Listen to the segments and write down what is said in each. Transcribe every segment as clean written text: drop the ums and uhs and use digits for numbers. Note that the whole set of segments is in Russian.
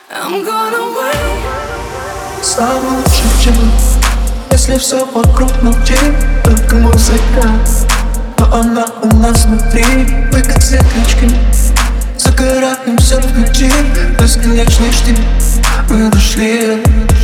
I'm gonna wait. Самый лучший день, если все вокруг молчит, только музыка, но она у нас внутри. Мы как светлячки, загораемся в ночи, бесконечный штиль. Мы нашли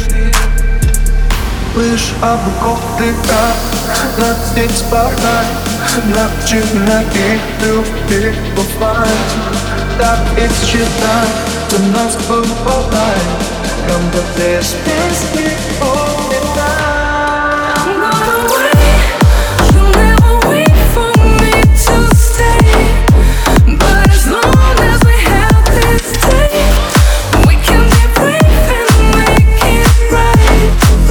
лишь облаков дыха, над здесь спаркай, начинаем любить бывает. Так и считай, что нас бывает, когда без песни улетай. I'm gonna wait. You'll never wait for me to stay. But as long as we have this day, we can be brave and make it right.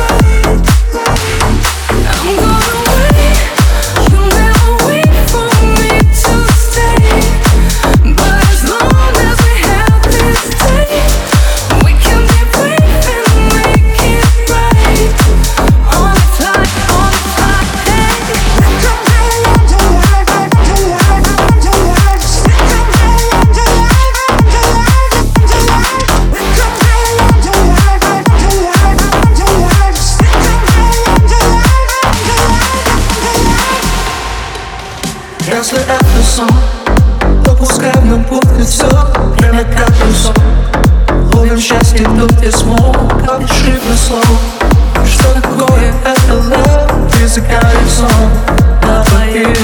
I'm gonna wait. You'll never wait for me to stay. But as long as we have this day, we can be brave and make it right. On the fly, hey. Если это сон, то пускай в нем будет все. Время как песок, ловим счастье тут где смог. Как шифр слов, что такое это love? Ты горизонт на поверь.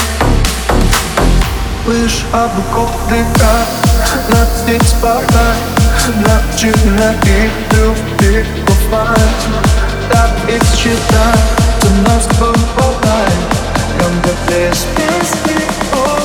Лишь облаков дыха, над здесь спаркай, начинаем любить бывает. Так и считай, что нас бывает, когда без песни.